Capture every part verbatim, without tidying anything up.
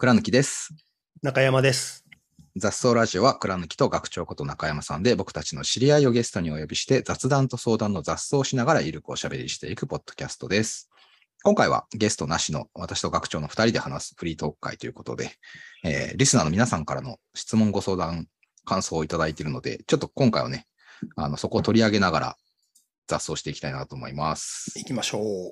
倉貫です。 中山です。 雑草ラジオは倉貫と学長こと中山さんで僕たちの知り合いをゲストにお呼びして雑談と相談の雑草をしながらゆるくおしゃべりしていくポッドキャストです。今回はゲストなしの私と学長のふたりで話すフリートーク会ということで、えー、リスナーの皆さんからの質問ご相談感想をいただいているので、ちょっと今回はね、あのそこを取り上げながら雑草していきたいなと思います。 行きましょう。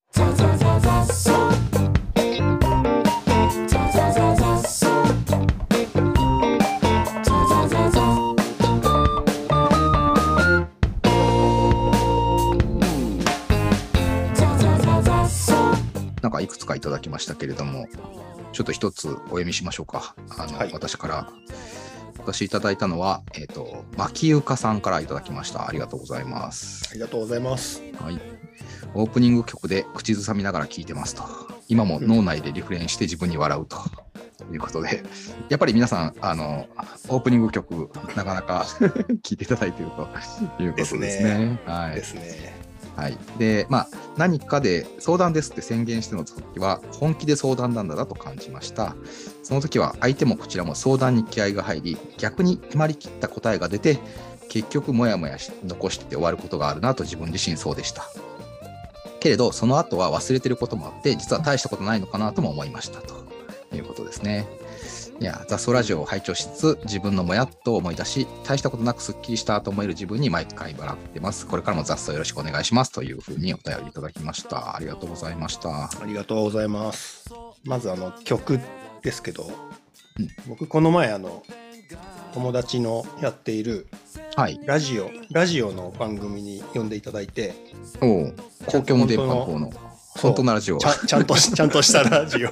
なんかいくつかいただきましたけれども、ちょっと一つお読みしましょうか。あの、はい、私から私いただいたのは、えっと、牧ゆかさんからいただきました。ありがとうございます。 ありがとうございます。 はい。オープニング曲で口ずさみながら聴いてますと。今も脳内でリフレインして自分に笑うと。ということで、やっぱり皆さん、あの、オープニング曲、なかなか聴いていただいているということですね。 ですね。 はい。 ですね。 はい。で、まあ、何かで相談ですって宣言しての時は、本気で相談なんだなと感じました。その時は、相手もこちらも相談に気合が入り、逆に決まりきった答えが出て、結局、もやもやし残して終わることがあるなと自分自身そうでした。けれど、その後は忘れてることもあって、実は大したことないのかなとも思いましたということですね。いや、雑草ラジオを拝聴しつつ、自分のもやっと思い出し、大したことなくすっきりしたと思える自分に毎回笑ってます。これからも雑草よろしくお願いしますというふうにお便りいただきました。ありがとうございました。 ありがとうございます。まずあの曲ですけど、うん、僕この前あの友達のやっているラジオ、はい、ラジオの番組に呼んでいただいて、 おう、公共の電波の方の本当のラジオ、 ちゃん、ちゃんとちゃんとしたラジオ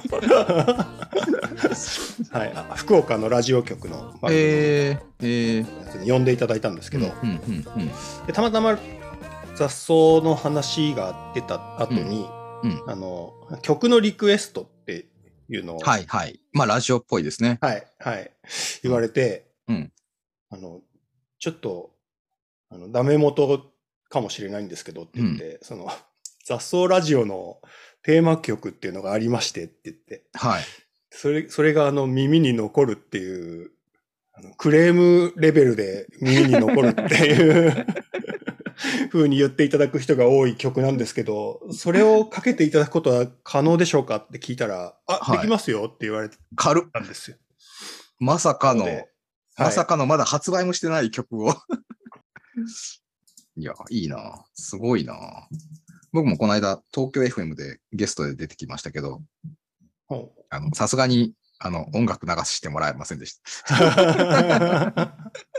はい、福岡のラジオ局の番組に呼んでいただいたんですけど、でたまたま雑草の話が出た後に、うんうん、あの曲のリクエストっていうのを、 はいはい、まあラジオっぽいですね。 はいはい、言われて、 うんうん、 あのちょっとあのダメ元かもしれないんですけどって言って、うん、その雑草ラジオのテーマ曲っていうのがありましてって言って、 はい、 それそれがあの耳に残るっていうあのクレームレベルで耳に残るっていう風に言っていただく人が多い曲なんですけど、それをかけていただくことは可能でしょうかって聞いたら、あ、はい、できますよって言われたんですよ。 まさかの、はい、まさかのまだ発売もしてない曲をいや、いいな、すごいな。僕もこの間東京 エフエム でゲストで出てきましたけど、あのさすがにあの音楽流してもらえませんでした。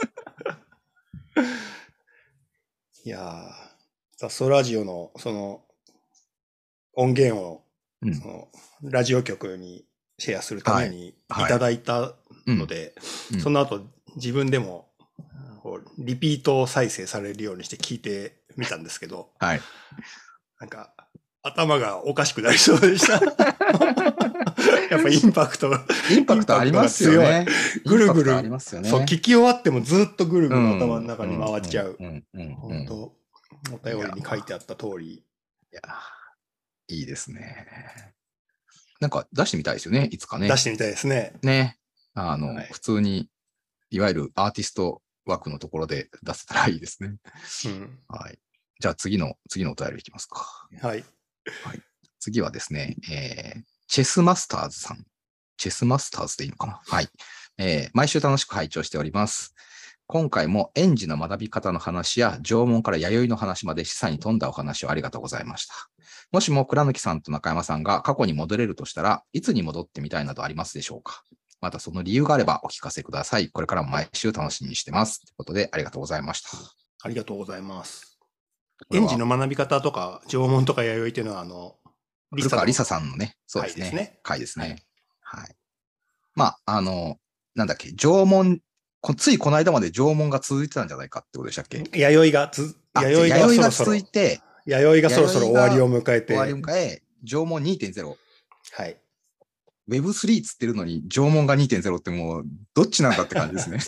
いやー、雑草ラジオのその音源を、うん、そのラジオ局にシェアするためにいただいたので、はいはいうん、その後自分でもリピート再生されるようにして聞いてみたんですけど、 はい、 なんか頭がおかしくなりそうでした。やっぱインパクトインパクトありますよね。 ぐるぐる、ね、そう聞き終わってもずっとぐるぐる頭の中に回っちゃう。本当お便りに書いてあった通り。 いや、いいですね。なんか出してみたいですよね、いつかね。 出してみたいですね。 ね、あの、はい、普通にいわゆるアーティスト枠のところで出せたらいいですね。うん、はい。じゃあ次の次のお便りいきますか。 はい。 はい。次はですね、えー、チェスマスターズさん。チェスマスターズでいいのかな。はい。えー、毎週楽しく拝聴しております。今回も園児の学び方の話や縄文から弥生の話まで示唆に富んだお話をありがとうございました。もしも倉貫さんと中山さんが過去に戻れるとしたら、いつに戻ってみたいなどありますでしょうか。またその理由があればお聞かせください。これからも毎週楽しみにしてます。ということでありがとうございました。 ありがとうございます。園児の学び方とか縄文とか弥生っていうのはあの古川りささんのね、そうですね。回ですね。はい。はい、まあ、あの、なんだっけ、縄文、ついこの間まで縄文が続いてたんじゃないかってことでしたっけ。 弥生がつ、 弥生がそろそろ続いて、 弥生がそろそろ終わりを迎えて。 終わりを迎え、縄文 にてんゼロ。 はい。 ウェブスリー つってるのに縄文が にてんゼロ ってもう、どっちなんだって感じですね。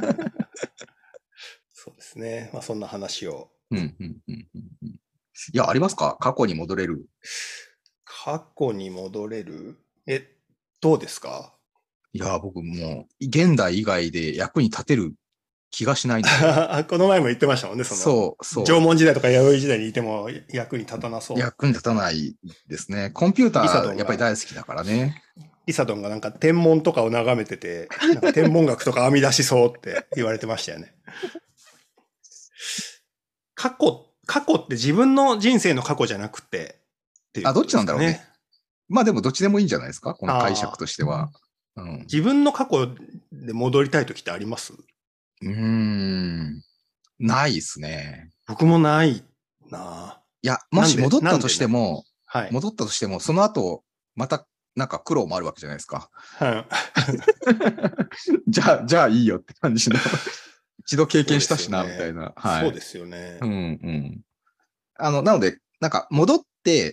そうですね。まあ、そんな話を。 うん、うん、うん、うん。いや、ありますか？過去に戻れる。 過去に戻れる？え、どうですか？ いや、僕もう、現代以外で役に立てる気がしないんで。 この前も言ってましたもんね、その。 そう、そう。 縄文時代とか弥生時代にいても役に立たなそう。 役に立たないですね。コンピューター、やっぱり大好きだからね。 リサドンがなんか天文とかを眺めてて、なんか天文学とか編み出しそうって言われてましたよね。過去、過去って自分の人生の過去じゃなくてっていうことですかね。 あ、どっちなんだろうね。まあでもどっちでもいいんじゃないですか、この解釈としては。 うん、自分の過去で戻りたい時ってあります？ うーん。ないですね。 僕もないな。 いや、もし戻ったとしても、はい、戻ったとしても、その後、またなんか苦労もあるわけじゃないですか。はい、じゃあ、じゃあいいよって感じの。一度経験したしな、みたいな。 はい。そうですよね。 うんうん。あの、なので、なんか戻って、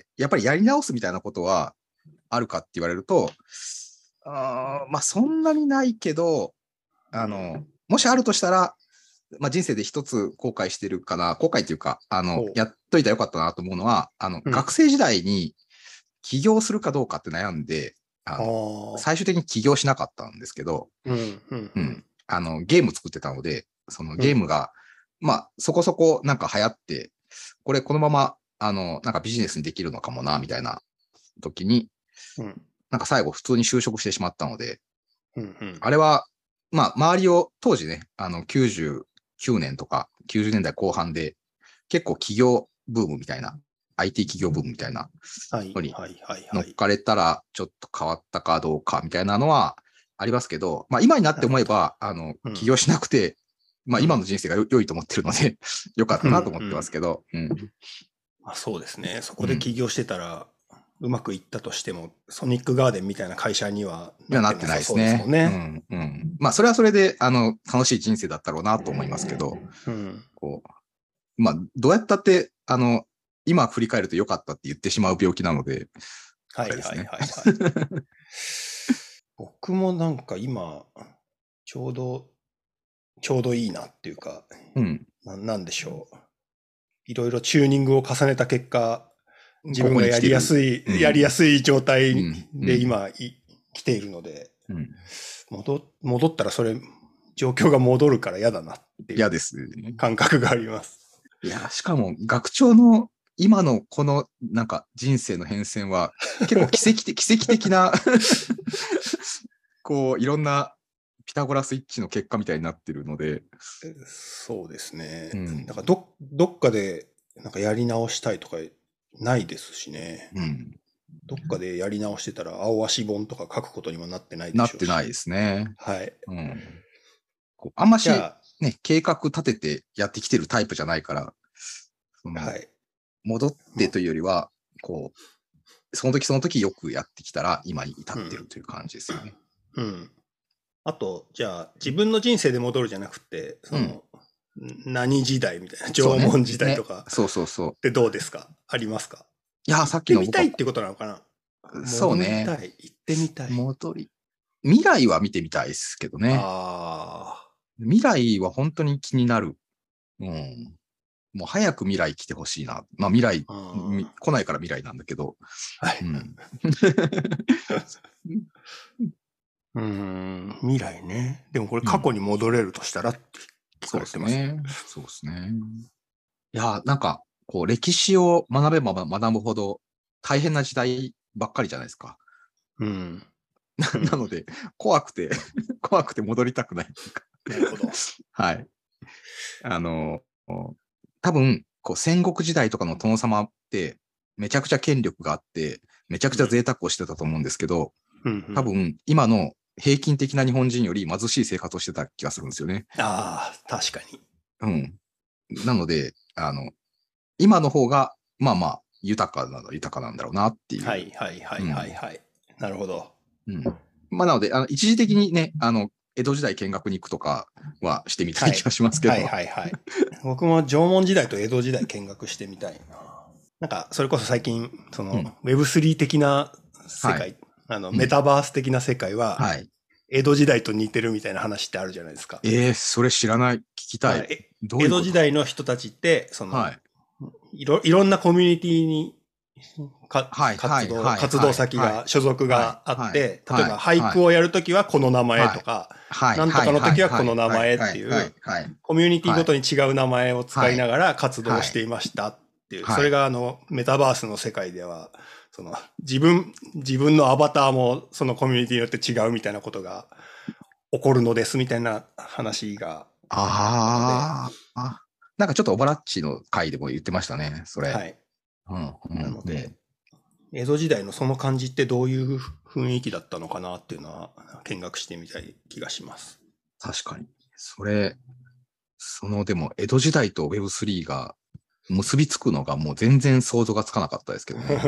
やっぱりやり直すみたいなことはあるかって言われると、あまあそんなにないけど、あの、もしあるとしたら、まあ、人生で一つ後悔してるかな、後悔っていうか、あの、やっといたらよかったなと思うのは、あの、うん、学生時代に起業するかどうかって悩んで、あの最終的に起業しなかったんですけど、うんうんうん、あの、ゲーム作ってたので、そのゲームが、うん、まあ、そこそこなんか流行って、これこのまま、あの、なんかビジネスにできるのかもな、みたいな時に、うん、なんか最後普通に就職してしまったので、うんうん、あれは、まあ、周りを当時ね、あの、きゅうじゅうきゅうねんとかきゅうじゅうねんだいこう半で、結構企業ブームみたいな、アイティー 企業ブームみたいなのに乗っかれたらちょっと変わったかどうかみたいなのはありますけど、まあ今になって思えば、あの、起業しなくて、うん、まあ今の人生が良いと思ってるので、よかったなと思ってますけど。うんうんうん、 まあ、そうですね。そこで起業してたら、うまくいったとしても、ソニックガーデンみたいな会社にはなってないですね。うんうん。まあ、それはそれで、あの、楽しい人生だったろうなと思いますけど、うん、こう、まあ、どうやったって、あの、今振り返ると良かったって言ってしまう病気なので、 はいはいはいはい。僕もなんか今、ちょうど、ちょうどいいなっていうか、うん、な, なんでしょう。いろいろチューニングを重ねた結果、自分がやりやすい、ここやりやすい状態で今、うん、来ているので、うん、戻、戻ったらそれ、状況が戻るから嫌だなっていう感覚があります。 いや、しかも学長の今のこのなんか人生の変遷は結構奇跡的、奇跡的なこういろんなピタゴラスイッチの結果みたいになってるので。 そうですね。うん、なんかど、どっかでなんかやり直したいとかないですしね。うん、どっかでやり直してたら青足本とか書くことにもなってないでしょうし。 なってないですね。 はい。 うん、こうあんましね、計画立ててやってきてるタイプじゃないから、そのはい、戻ってというよりは、こう、その時その時よくやってきたら今に至ってるという感じですよね。 うん。うん、あと、じゃあ自分の人生で戻るじゃなくて、その、うん、何時代みたいな、縄文時代とか、 そうそうそう。 ってどうですか？ありますか？ いや、さっきの。 行ってみたいってことなのかな？ そうね。 戻りたい。行ってみたい。 戻り。未来は見てみたいですけどね。ああ。未来は本当に気になる。うん。もう早く未来来てほしいな。まあ未来、来ないから未来なんだけど。はい。 うん、うん未来ね。でもこれ過去に戻れるとしたらって聞かれてますね。 そうですね。いや、なんか、こう、歴史を学べば学ぶほど大変な時代ばっかりじゃないですか。うん。なので、怖くて、怖くて戻りたくない。 なるほど。 はい。あの、多分、こう、戦国時代とかの殿様って、めちゃくちゃ権力があって、めちゃくちゃ贅沢をしてたと思うんですけど、うんうん、多分、今の平均的な日本人より貧しい生活をしてた気がするんですよね。 ああ、確かに。 うん。なので、あの、今の方が、まあまあ、豊かなの、豊かなんだろうなっていう。 はいはいはいはいはい。うん、なるほど。 うん。まあなので、あの一時的にね、あの、江戸時代見学に行くとかはしてみたい気がしますけど。 はい、はい、はいはい。僕も縄文時代と江戸時代見学してみたいな。なんか、それこそ最近、その、うん、ウェブスリー 的な世界、はい、あの、メタバース的な世界は、はい、江戸時代と似てるみたいな話ってあるじゃないですか。 ええー、それ知らない。聞きたい。はい、 どういうこと？江戸時代の人たちって、その、はい、いろ、いろんなコミュニティにかはい活動、 はいはい活動先が、 はい所属があって、 はい例えばはい俳句をやるときはこの名前とか、 はいなんとかの時はこの名前ってはいいうはいはい、 コミュニティごとに違う名前を使いながら活動をしていましたっていう、 はいそれがあの、メタバースの世界では、その、自分、自分のアバターもそのコミュニティによって違うみたいなことが起こるのですみたいな話が。 ああ、なんかちょっとオバラッチの回でも言ってましたね、それ。 はい。 うんうん、 なので、江戸時代のその感じってどういう雰囲気だったのかなっていうのは見学してみたい気がします。 確かに。それ、そのでも江戸時代と ウェブスリー が結びつくのがもう全然想像がつかなかったですけどね。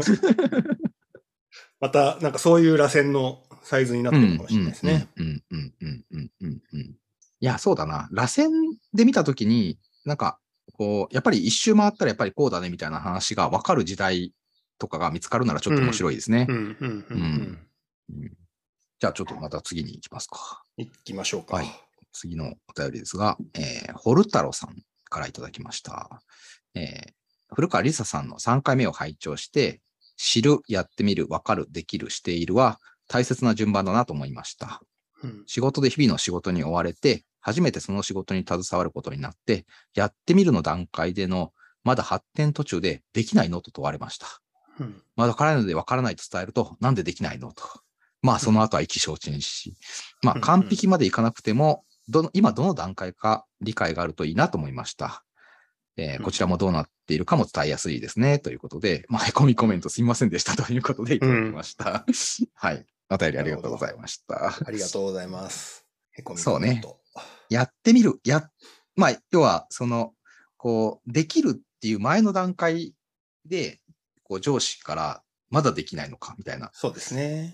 また、なんかそういう螺旋のサイズになってるかもしれないですね。 うんうんうんうんうんうん。いや、そうだな。螺旋で見たときに、なんか、こう、やっぱり一周回ったらやっぱりこうだねみたいな話が分かる時代とかが見つかるならちょっと面白いですね。 うんうんうんうん。 じゃあちょっとまた次に行きますか。 行きましょうか。 はい。次のお便りですが、えー、ホルタロさんからいただきました。えー、古川りささんのさんかいめを拝聴して、知る、やってみる、わかる、できる、しているは大切な順番だなと思いました。うん、仕事で日々の仕事に追われて、初めてその仕事に携わることになって、やってみるの段階でのまだ発展途中でできないのと問われました。うん、まだわからないのでわからないと伝えると、なんでできないのと。まあその後は意気消沈し、まあ完璧までいかなくても、どの今どの段階か理解があるといいなと思いました。えー、こちらもどうなっているかも伝えやすいですね。ということで、まあ、へこみコメントすみませんでしたということでいただきました。うん、はい。お便りありがとうございました。 ありがとうございます。 へこみコメント。そうね。やってみる。や、まあ、要は、その、こう、できるっていう前の段階で、こう、上司からまだできないのか、みたいな。 そうですね。 うん。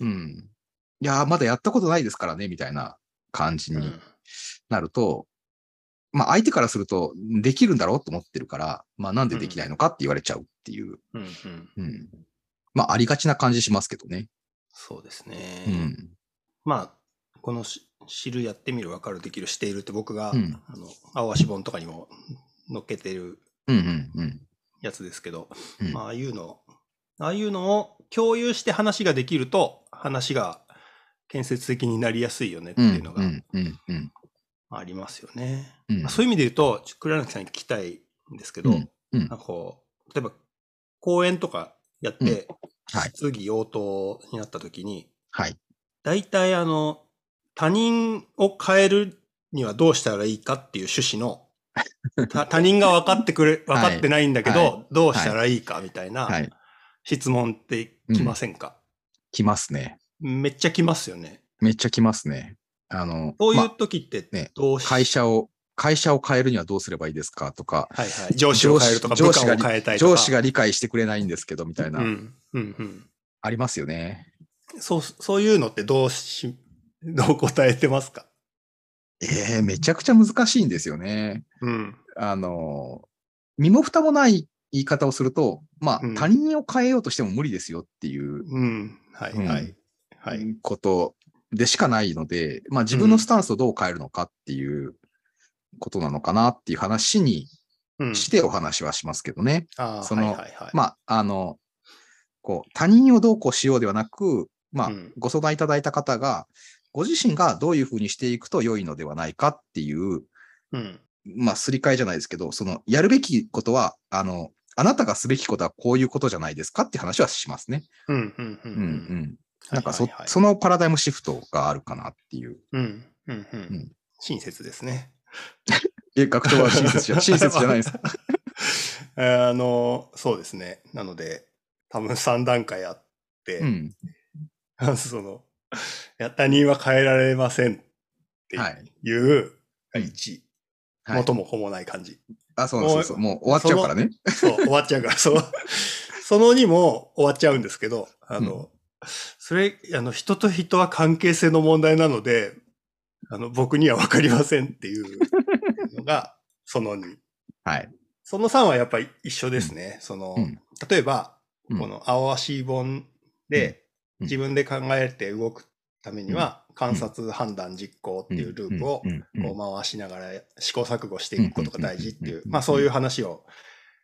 いや、まだやったことないですからね、みたいな感じになると、うん、まあ相手からすると、できるんだろうと思ってるから、まあなんでできないのかって言われちゃうっていう。うんうんうん、まあありがちな感じしますけどね。 そうですね。うん、まあ、この知る、やってみる、わかる、できる、しているって僕が、うん、あの、青足本とかにも載っけてるやつですけど、うんうんうん、まあああいうの、ああいうのを共有して話ができると、話が建設的になりやすいよねっていうのが、うんうんうん、ありますよね。うん、そういう意味で言うと、黒柳さんに聞きたいんですけど、うんうん、なんかこう、例えば講演とかやって、うんはい、質疑応答になった時に、はい、大体あの、他人を変えるにはどうしたらいいかっていう趣旨の、他人が分かってくれ、分かってないんだけど、はいはい、どうしたらいいかみたいな質問って来ませんか、はいうん、 来ますね。 めっちゃ来ますよね。 めっちゃ来ますね。あの、 そういう時ってどうし、 ま、会社を、会社を変えるにはどうすればいいですかとか、 はいはい、上司を変えるとか、部下を変えたいとか。 上司が理解してくれないんですけど、みたいな。 うんうんうん、 ありますよね。 そう、そういうのってどうし、どう答えてますか？ ええー、めちゃくちゃ難しいんですよね。うん。あの、身も蓋もない言い方をすると、まあ、うん、他人を変えようとしても無理ですよっていう、 うん、はいはい、はい。 ことでしかないので、まあ自分のスタンスをどう変えるのかっていうことなのかなっていう話にしてお話はしますけどね。うん、その、はいはいはい、まあ、あの、こう、他人をどうこうしようではなく、まあ、うん、ご相談いただいた方が、ご自身がどういうふうにしていくと良いのではないかっていう、うん、まあ、すり替えじゃないですけど、その、やるべきことは、あの、あなたがすべきことはこういうことじゃないですかっていう話はしますね。うん、うん、うん。うん、うん。なんかそ、はいはいはい、そのパラダイムシフトがあるかなっていう。 うん、うん、うん。親切ですね。 え、学長は親切じゃ、親切じゃないですか。 あの、そうですね。なので、多分さん段階あって、うん、まずその、や他人は変えられませんっていう、がいち、はい、元も子もない感じ。 あ、そうそうそう。もう終わっちゃうからね。 そう、終わっちゃうから、そう。そのにも終わっちゃうんですけど、あの、うん、それ、あの、人と人は関係性の問題なので、あの、僕にはわかりませんっていうのが、そのに。はい。そのさんはやっぱり一緒ですね。うん、その、うん、例えば、うん、この青足本で自分で考えて動くためには、観察、判断、実行っていうループをこう回しながら試行錯誤していくことが大事っていう、まあそういう話を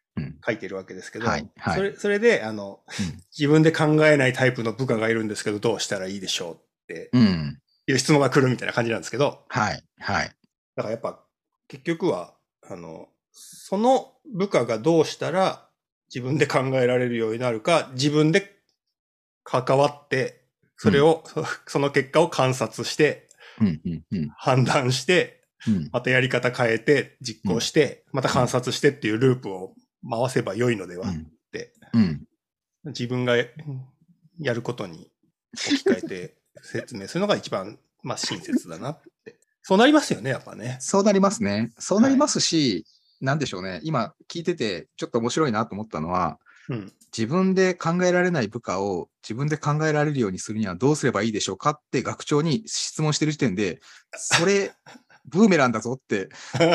書いてるわけですけど、 はいはい、 それ、それで、あの、うん、自分で考えないタイプの部下がいるんですけど、どうしたらいいでしょうっていう質問が来るみたいな感じなんですけど、 はい、はい。 だからやっぱ、結局は、あの、その部下がどうしたら自分で考えられるようになるか、自分で関わって、それを、うん、その結果を観察して、 うんうんうん、判断して、うん、またやり方変えて、実行して、また観察してっていうループを回せば良いのではって、うんうん、自分がやることに置き換えて説明するのが一番、まあ、親切だなって。そうなりますよね、やっぱね。 そうなりますね。そうなりますし、はい、なんでしょうね。今聞いててちょっと面白いなと思ったのは、うん、自分で考えられない部下を自分で考えられるようにするにはどうすればいいでしょうかって学長に質問してる時点で、それ、ブーメランだぞって。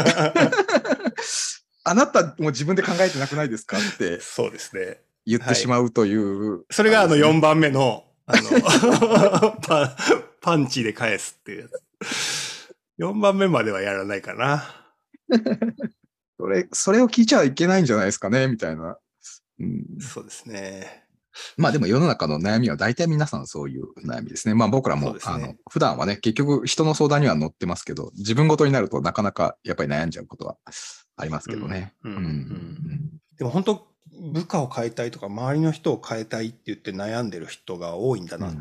あなたも自分で考えてなくないですかって。そうですね。言ってしまうという。はい、それがあのよんばんめの、あのパ、パンチで返すっていうやつ。よんばんめまではやらないかな。 それ、それを聞いちゃいけないんじゃないですかね、みたいな。 うん、そうですね。 まあでも世の中の悩みは大体皆さんそういう悩みですね。まあ僕らも、ね、あの普段はね、結局人の相談には乗ってますけど、自分ごとになるとなかなかやっぱり悩んじゃうことはありますけどね。 でも本当、部下を変えたいとか、周りの人を変えたいって言って悩んでる人が多いんだなって。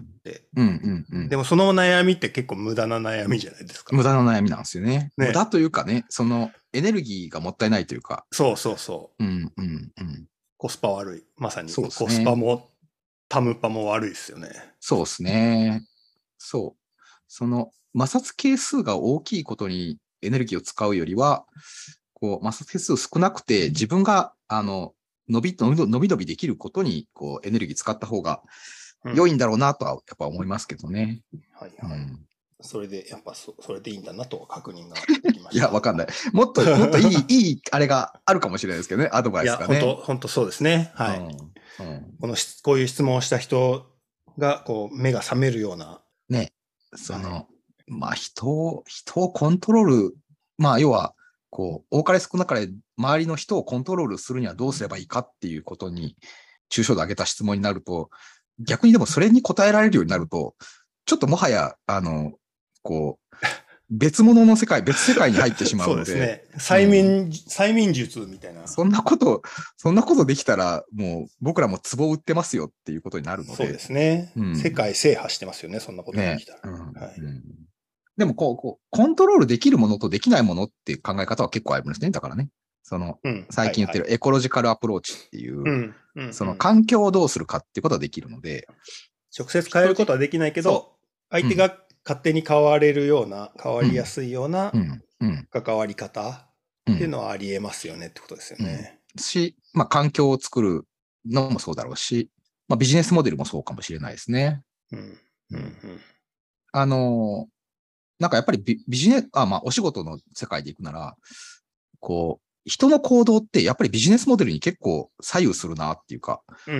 でもその悩みって結構無駄な悩みじゃないですか。 無駄な悩みなんですよね。ね、無駄というかね、そのエネルギーがもったいないというか。 そうそうそう。うんうんうん。コスパ悪い。まさに。コスパもタムパも悪いですよね。 そうですね。そう。その摩擦係数が大きいことにエネルギーを使うよりは、こう摩擦係数少なくて自分があの伸び伸び伸び伸びできることにこうエネルギー使った方が良いんだろうなとはやっぱ思いますけどね。 うん、はいはい。うん、それでやっぱそそれでいいんだなと確認ができました。 いや、わかんない。もっともっといいいいあれがあるかもしれないですけどね。アドバイスがね。 いや本当本当そうですね。はい。うんうん、このこういう質問をした人がこう目が覚めるような。 ね。その、はい、まあ人を、人をコントロール、まあ要は、こう、多かれ少なかれ周りの人をコントロールするにはどうすればいいかっていうことに、抽象度上げた質問になると、逆にでもそれに答えられるようになると、ちょっともはや、あの、こう、別物の世界、別世界に入ってしまうので。そうですね。催眠、うん、催眠術みたいな。 そんなこと、そんなことできたら、もう僕らも壺を売ってますよっていうことになるので。 そうですね。うん、世界制覇してますよね、そんなことできたら。ね、うんはいうん、 でもこう、こう、コントロールできるものとできないものっていう考え方は結構あるんですね。だからね。その、うん、最近言ってるエコロジカルアプローチっていう、うんうん、その環境をどうするかっていうことはできるので。 直接変えることはできないけど、相手が勝手に変われるような、変わりやすいような関わり方っていうのはあり得ますよねってことですよね。 うん、し、まあ環境を作るのもそうだろうし、まあビジネスモデルもそうかもしれないですね。うんうんうん、あの、なんかやっぱり ビ, ビジネス、あ、まあお仕事の世界で行くなら、こう、人の行動ってやっぱりビジネスモデルに結構左右するなっていうか、うん、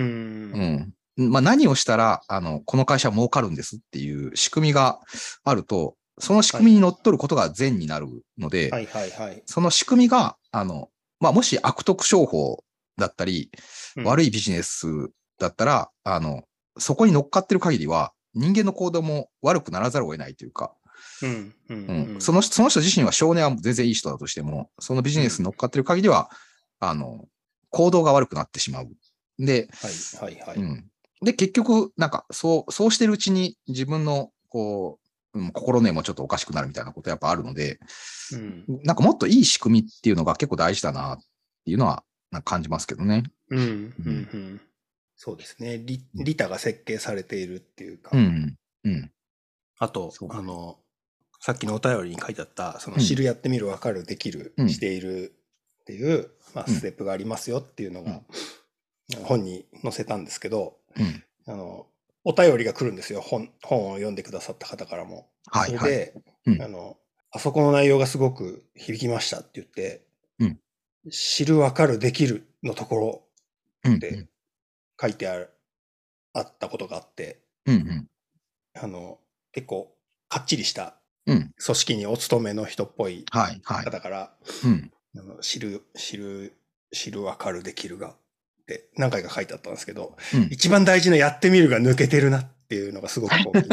うん。まあ何をしたら、あの、この会社儲かるんですっていう仕組みがあると、その仕組みにのっとることが善になるので、はいはいはい、その仕組みが、あの、まあもし悪徳商法だったり、うん、悪いビジネスだったら、あの、そこに乗っかってる限りは、人間の行動も悪くならざるを得ないというか、うんうんうん、そのその人自身は少年は全然いい人だとしても、そのビジネスに乗っかってる限りは、うん、あの、行動が悪くなってしまう。で、はいはいはいうん、で、結局、なんか、そう、そうしてるうちに自分の、こう、うん、心根もちょっとおかしくなるみたいなことやっぱあるので、うん、なんかもっといい仕組みっていうのが結構大事だなっていうのはなんか感じますけどね。うん、うん、 うん。そうですね。利、利他が設計されているっていうか。 うん、うん。 あと、あの、さっきのお便りに書いてあった、その知る、やってみる、わかる、できる、うん、しているっていう、まあ、ステップがありますよっていうのが、うん、本に載せたんですけど、うん、あの、お便りが来るんですよ。本、本を読んでくださった方からも。はい、はい。それで、うん、あの、あそこの内容がすごく響きましたって言って、うん、知る、わかる、できるのところって書いてある、あったことがあって、うんうん、あの、結構、かっちりした組織にお勤めの人っぽい方から、知る、知る知る、わかる、できるがって何回か書いてあったんですけど、 うん、 一番大事なやってみるが抜けてるなっていうのがすごくこう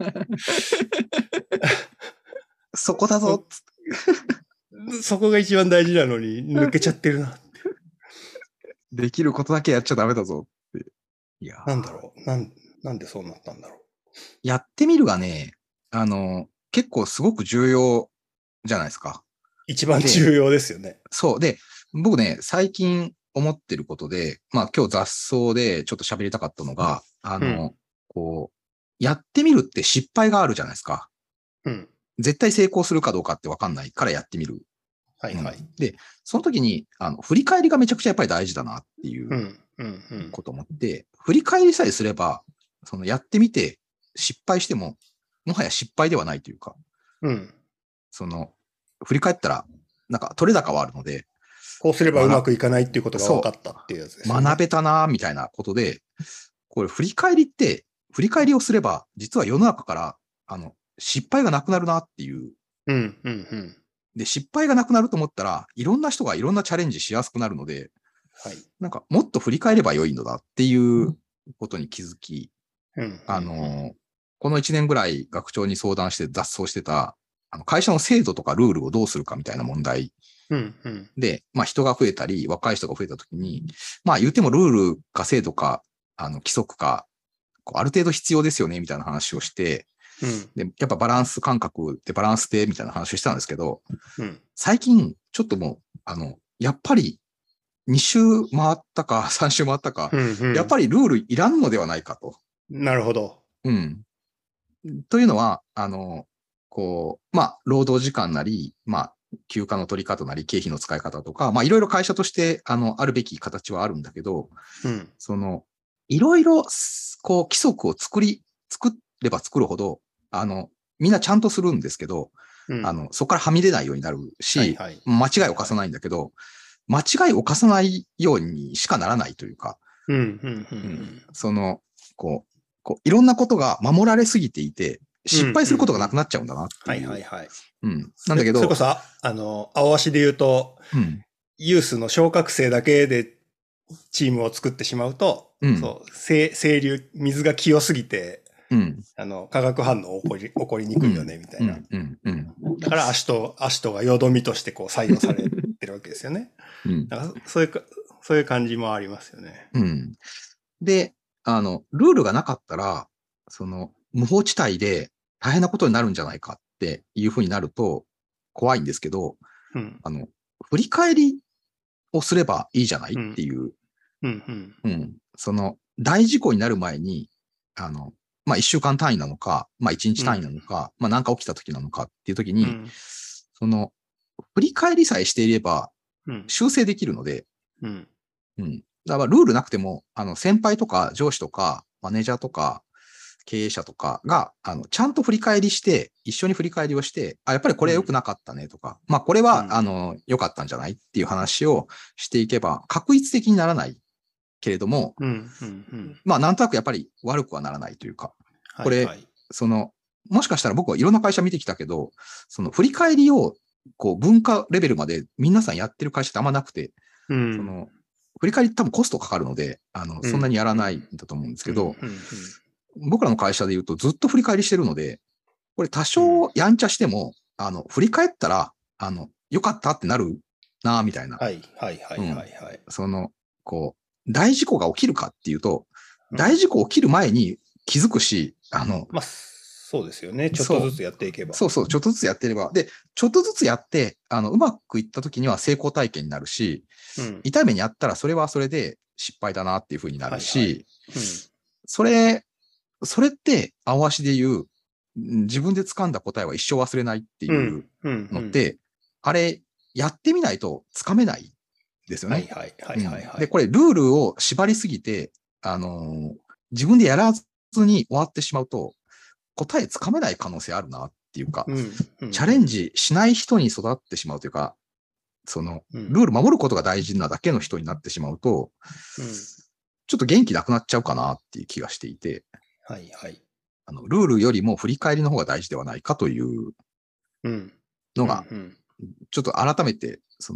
そこだぞそ、そこが一番大事なのに抜けちゃってるなって。 できることだけやっちゃダメだぞって。いやなんだろうなん、なんでそうなったんだろう。 やってみるがね、あの、結構すごく重要じゃないですか。 一番重要ですよね。 そう。で、僕ね、最近思ってることで、まあ今日雑草でちょっと喋りたかったのが、あの、うん、こう、やってみるって失敗があるじゃないですか。 うん。 絶対成功するかどうかってわかんないからやってみる。 はいはい。うん、 で、その時に、あの、振り返りがめちゃくちゃやっぱり大事だなっていうことを思って、振り返りさえすれば、そのやってみて失敗しても、もはや失敗ではないというか、 うん。 その、振り返ったら、なんか取れ高はあるので、 こうすればうまくいかないっていうことが分かったっていうやつですね。 学べたなみたいなことで、これ振り返りって、振り返りをすれば、実は世の中から、あの、失敗がなくなるなっていう。 うん、うん、うん。 で、失敗がなくなると思ったら、いろんな人がいろんなチャレンジしやすくなるので、 はい。 なんか、もっと振り返れば良いのだっていうことに気づき、 うん、 あの、このいちねんぐらい学長に相談して脱走してた、あの会社の制度とかルールをどうするかみたいな問題。 うんうん、 で、まあ人が増えたり、若い人が増えたときに、まあ言ってもルールか制度か、あの規則か、こうある程度必要ですよね、みたいな話をして、 うん、 で、やっぱバランス感覚でバランスで、みたいな話をしたんですけど、 うん、 最近、ちょっともう、あの、やっぱり、に週回ったか、さん週回ったか、うんうん、やっぱりルールいらんのではないかと。 なるほど。 うん。というのは、あの、こう、まあ、労働時間なり、まあ、休暇の取り方なり、経費の使い方とか、まあ、いろいろ会社として、あの、あるべき形はあるんだけど、 うん、 その、いろいろ、こう、規則を作り、作れば作るほど、あの、みんなちゃんとするんですけど、うん、あの、そこからはみ出ないようになるし、はいはい、間違いを犯さないんだけど、間違いを犯さないようにしかならないというか、 うんうんうんうん、 その、こう、こういろんなことが守られすぎていて、失敗することがなくなっちゃうんだなっていう。 はいはいはい。 うん。なんだけど。 それこそ、あの、青足で言うと、うん、ユースの昇格生だけでチームを作ってしまうと、うん、そう、清流、水が清すぎて、うん、あの、化学反応起こり、起こりにくいよね、みたいな。うんうんうん、だから足と、足とがよどみとしてこう採用されてるわけですよね。うん、だからそういうか、そういう感じもありますよね。 うん。で、あの、ルールがなかったら、その、無法地帯で大変なことになるんじゃないかっていうふうになると怖いんですけど、うん、あの、振り返りをすればいいじゃないっていう、うんうんうん、その、大事故になる前に、あの、まあ、一週間単位なのか、まあ、一日単位なのか、うん、まあ、なんか起きた時なのかっていう時に、うん、その、振り返りさえしていれば、修正できるので、うんうん、だからルールなくても、あの、先輩とか上司とか、マネージャーとか、経営者とかが、あの、ちゃんと振り返りして、一緒に振り返りをして、あ、やっぱりこれ良くなかったねとか、うん、まあこれは、うん、あの、良かったんじゃないっていう話をしていけば、確一的にならないけれども、うんうんうん、まあなんとなくやっぱり悪くはならないというか、これ、はいはい、その、もしかしたら僕はいろんな会社見てきたけど、その振り返りを、こう、文化レベルまで皆さんやってる会社ってあんまなくて、うん、その、振り返り多分コストかかるので、あの、そんなにやらないんだと思うんですけど、僕らの会社で言うとずっと振り返りしてるので、これ多少やんちゃしても、あの、振り返ったら、あの、良かったってなるなみたいな。 はい、はい、はい、はい、はい。 その、こう、大事故が起きるかっていうと、大事故起きる前に気づくし、あの、 まあ、そうですよね。ちょっとずつやっていけば。 そうそう、ちょっとずつやってれば。で、ちょっとずつやって、あの、うまくいった時には成功体験になるし、うん、痛い目にあったらそれはそれで失敗だなっていう風になるし、はいはいうん、それ、それって青足で言う、自分で掴んだ答えは一生忘れないっていうのって、うんうんうん、あれ、やってみないと掴めないですよね。 はいはいはいはい、はい、 で、これ、ルールを縛りすぎて、あのー、自分でやらずに終わってしまうと、答えつかめない可能性あるなっていうか、うんうんうん、チャレンジしない人に育ってしまうというか、その、ルール守ることが大事なだけの人になってしまうと、うん、ちょっと元気なくなっちゃうかなっていう気がしていて、 はいはい。 あの、ルールよりも振り返りの方が大事ではないかというのが、ちょっと改めて、その、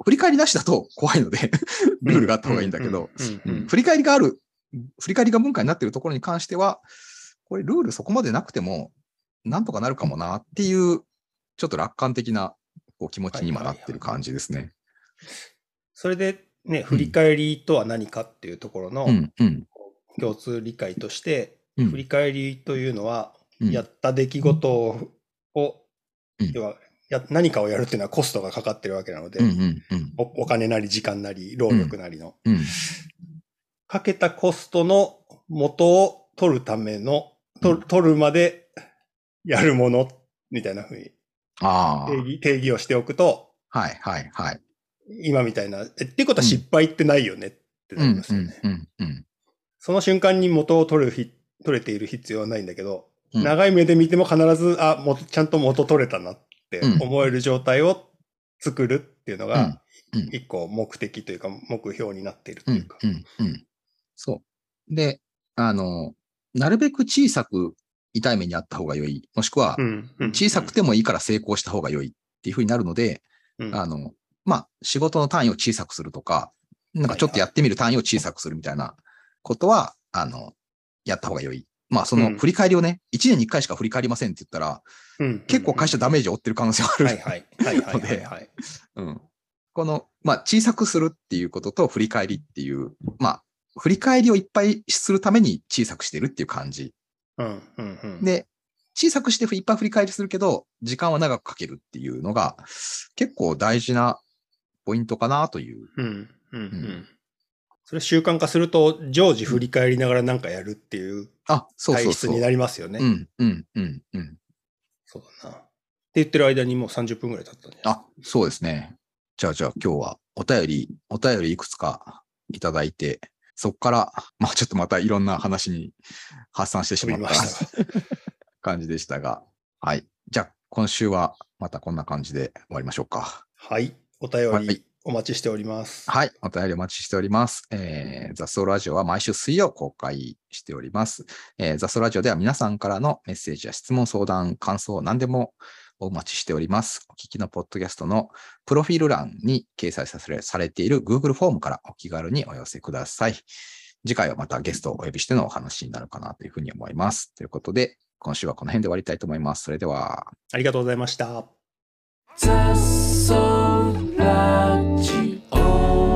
振り返りなしだと怖いので、ルールがあった方がいいんだけど、振り返りがある、振り返りが文化になっているところに関しては、これルールそこまでなくても、なんとかなるかもなっていう、ちょっと楽観的なこう気持ちに今なってる感じですね。 それでね、振り返りとは何かっていうところの共通理解として、うんうん、振り返りというのは、うん、やった出来事を、うん、要はや何かをやるっていうのはコストがかかってるわけなので、うんうんうん、お, お金なり時間なり労力なりの、うんうん、かけたコストの元を取るための、取, 取るまでやるものみたいなふうに定義、定義をしておくと、 はいはいはい。 今みたいな、えっていうことは失敗ってないよねってなりますよね。うんうんうんうん、その瞬間に元を取るひ、取れている必要はないんだけど、うん、長い目で見ても必ず、あ、もちゃんと元取れたなって思える状態を作るっていうのが、一個目的というか目標になっているというか。 うんうんうん、そう。で、あの、なるべく小さく痛い目にあった方が良い。もしくは、小さくてもいいから成功した方が良いっていう風になるので、うん、あの、まあ、仕事の単位を小さくするとか、なんかちょっとやってみる単位を小さくするみたいなことは、はいはい、あの、やった方が良い。まあ、その振り返りをね、いちねんにいっかいしか振り返りませんって言ったら、うん、結構会社ダメージを負ってる可能性があるので、この、まあ、小さくするっていうことと振り返りっていう、まあ、振り返りをいっぱいするために小さくしてるっていう感じ。うんうんうん、で、小さくしていっぱい振り返りするけど、時間は長くかけるっていうのが、結構大事なポイントかなという。うんうんうんうん、それ習慣化すると、常時振り返りながら何かやるっていう体質になりますよね。 うんうんうんうん。 そうだな。って言ってる間にもうさんじゅっぷんぐらい経ったんじゃないですか。 あ、そうですね。じゃあじゃあ今日はお便り、お便りいくつかいただいて、そこから、まあちょっとまたいろんな話に発散してしまった感じでしたが。はい。じゃあ今週はまたこんな感じで終わりましょうか。 はい。お便りお待ちしております。 はい。お便りお待ちしております。えー、雑草ラジオは毎週水曜公開しております。えー、雑草ラジオでは皆さんからのメッセージや質問、相談、感想、何でもお待ちしております。お聞きのポッドキャストのプロフィール欄に掲載され、されている Google フォームからお気軽にお寄せください。次回はまたゲストをお呼びしてのお話になるかなというふうに思います。ということで、今週はこの辺で終わりたいと思います。それでは。 ありがとうございました。 雑草ラジオ